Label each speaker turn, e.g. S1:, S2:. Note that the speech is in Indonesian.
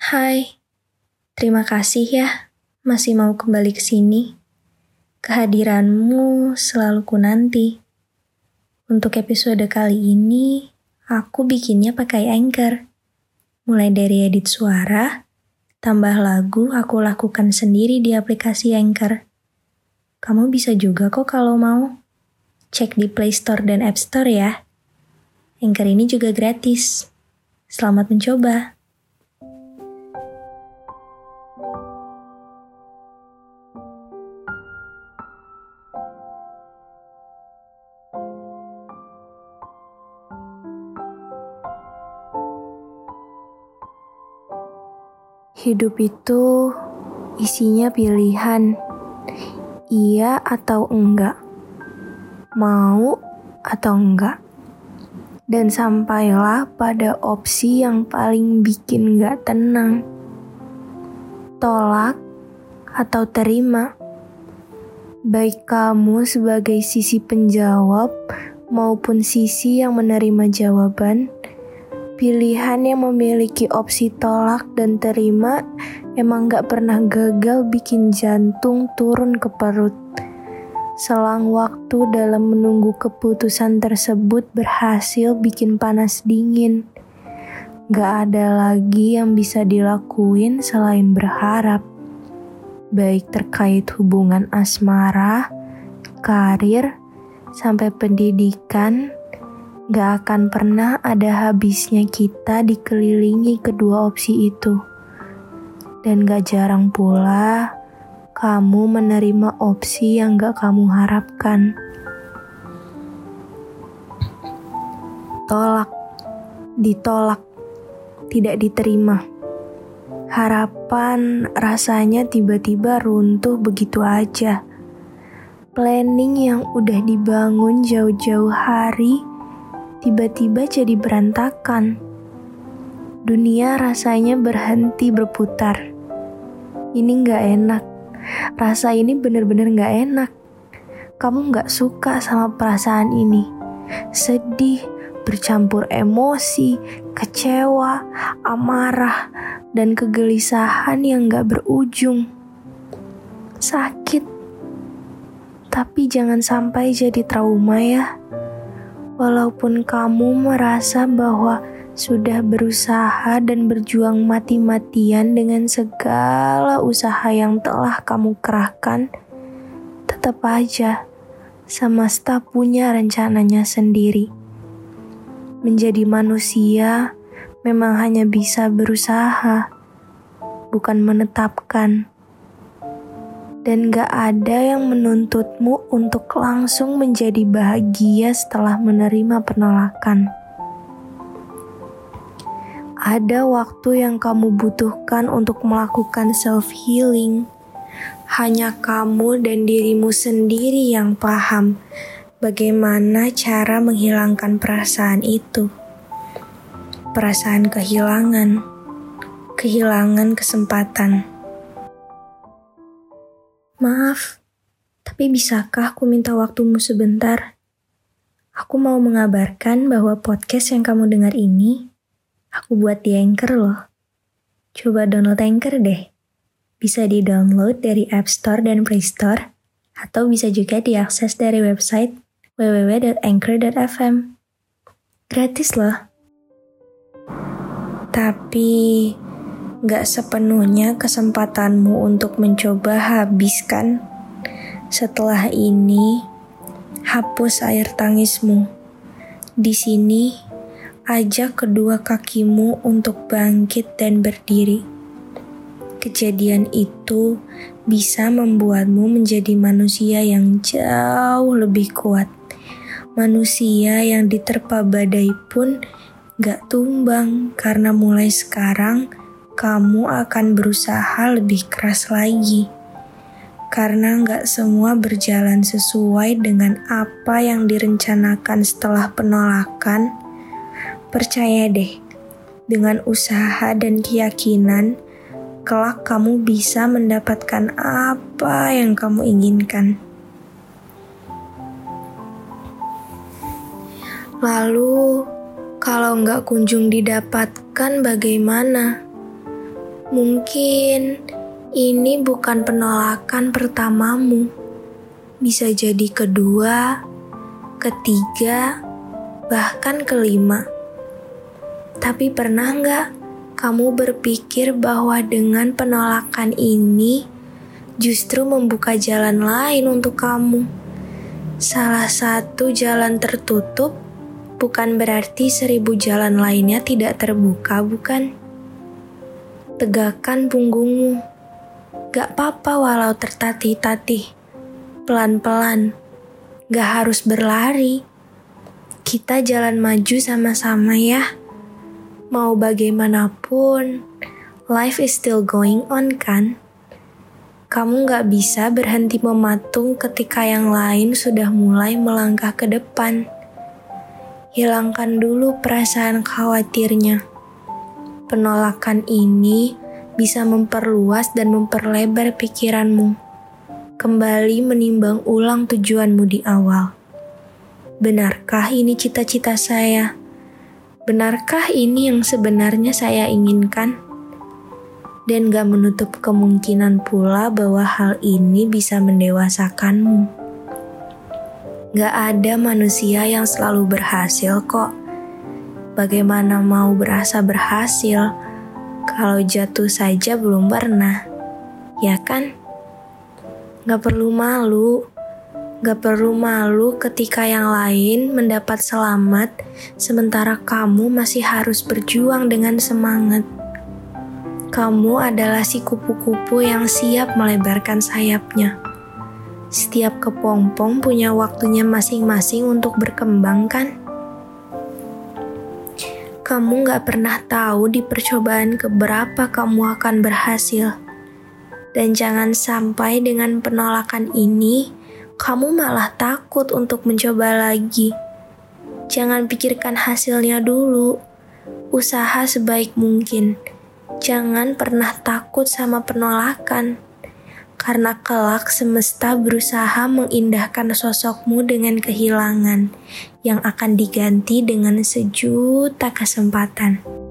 S1: Hai, terima kasih ya masih mau kembali ke sini. Kehadiranmu selalu ku nanti. Untuk episode kali ini, aku bikinnya pakai Anchor. Mulai dari edit suara, tambah lagu aku lakukan sendiri di aplikasi Anchor. Kamu bisa juga kok kalau mau. Cek di Play Store dan App Store ya. Anchor ini juga gratis. Selamat mencoba. Hidup itu isinya pilihan, iya atau enggak, mau atau enggak. Dan sampailah pada opsi yang paling bikin enggak tenang. Tolak atau terima. Baik kamu sebagai sisi penjawab maupun sisi yang menerima jawaban, pilihan yang memiliki opsi tolak dan terima emang gak pernah gagal bikin jantung turun ke perut. Selang waktu dalam menunggu keputusan tersebut berhasil bikin panas dingin. Gak ada lagi yang bisa dilakuin selain berharap. Baik terkait hubungan asmara, karir, sampai pendidikan, gak akan pernah ada habisnya kita dikelilingi kedua opsi itu. Dan gak jarang pula kamu menerima opsi yang gak kamu harapkan. Tolak, ditolak, tidak diterima. Harapan rasanya tiba-tiba runtuh begitu aja. Planning yang udah dibangun jauh-jauh hari tiba-tiba jadi berantakan. Dunia rasanya berhenti berputar. Ini gak enak. Rasa ini bener-bener gak enak. Kamu gak suka sama perasaan ini. Sedih, bercampur emosi, kecewa, amarah, dan kegelisahan yang gak berujung. Sakit. Tapi jangan sampai jadi trauma ya. Walaupun kamu merasa bahwa sudah berusaha dan berjuang mati-matian dengan segala usaha yang telah kamu kerahkan, tetap aja semesta punya rencananya sendiri. Menjadi manusia memang hanya bisa berusaha, bukan menetapkan. Dan gak ada yang menuntutmu untuk langsung menjadi bahagia setelah menerima penolakan. Ada waktu yang kamu butuhkan untuk melakukan self-healing. Hanya kamu dan dirimu sendiri yang paham bagaimana cara menghilangkan perasaan itu. Perasaan kehilangan kesempatan. Maaf, tapi bisakah aku minta waktumu sebentar? Aku mau mengabarkan bahwa podcast yang kamu dengar ini, aku buat di Anchor loh. Coba download Anchor deh. Bisa di-download dari App Store dan Play Store, atau bisa juga diakses dari website www.anchor.fm. Gratis loh. Tapi gak sepenuhnya kesempatanmu untuk mencoba habiskan. Setelah ini, hapus air tangismu. Di sini, ajak kedua kakimu untuk bangkit dan berdiri. Kejadian itu bisa membuatmu menjadi manusia yang jauh lebih kuat. Manusia yang diterpa badai pun gak tumbang karena mulai sekarang kamu akan berusaha lebih keras lagi. Karena gak semua berjalan sesuai dengan apa yang direncanakan setelah penolakan. Percaya deh, dengan usaha dan keyakinan, kelak kamu bisa mendapatkan apa yang kamu inginkan. Lalu, kalau nggak kunjung didapatkan bagaimana? Mungkin ini bukan penolakan pertamamu. Bisa jadi kedua, ketiga, bahkan kelima. Tapi pernah nggak kamu berpikir bahwa dengan penolakan ini justru membuka jalan lain untuk kamu? Salah satu jalan tertutup bukan berarti 1000 jalan lainnya tidak terbuka, bukan? Tegakkan punggungmu. Gak apa-apa walau tertatih-tatih. Pelan-pelan. Gak harus berlari. Kita jalan maju sama-sama ya. Mau bagaimanapun, life is still going on kan? Kamu gak bisa berhenti mematung ketika yang lain sudah mulai melangkah ke depan. Hilangkan dulu perasaan khawatirnya. Penolakan ini bisa memperluas dan memperlebar pikiranmu. Kembali menimbang ulang tujuanmu di awal. Benarkah ini cita-cita saya? Benarkah ini yang sebenarnya saya inginkan? Dan gak menutup kemungkinan pula bahwa hal ini bisa mendewasakanmu. Gak ada manusia yang selalu berhasil kok. Bagaimana mau berasa berhasil kalau jatuh saja belum pernah, ya kan? Gak perlu malu. Gak perlu malu ketika yang lain mendapat selamat, sementara kamu masih harus berjuang dengan semangat. Kamu adalah si kupu-kupu yang siap melebarkan sayapnya. Setiap kepompong punya waktunya masing-masing untuk berkembang kan? Kamu gak pernah tahu di percobaan keberapa kamu akan berhasil. Dan jangan sampai dengan penolakan ini, kamu malah takut untuk mencoba lagi. Jangan pikirkan hasilnya dulu. Usaha sebaik mungkin. Jangan pernah takut sama penolakan. Karena kelak semesta berusaha mengindahkan sosokmu dengan kehilangan yang akan diganti dengan sejuta kesempatan.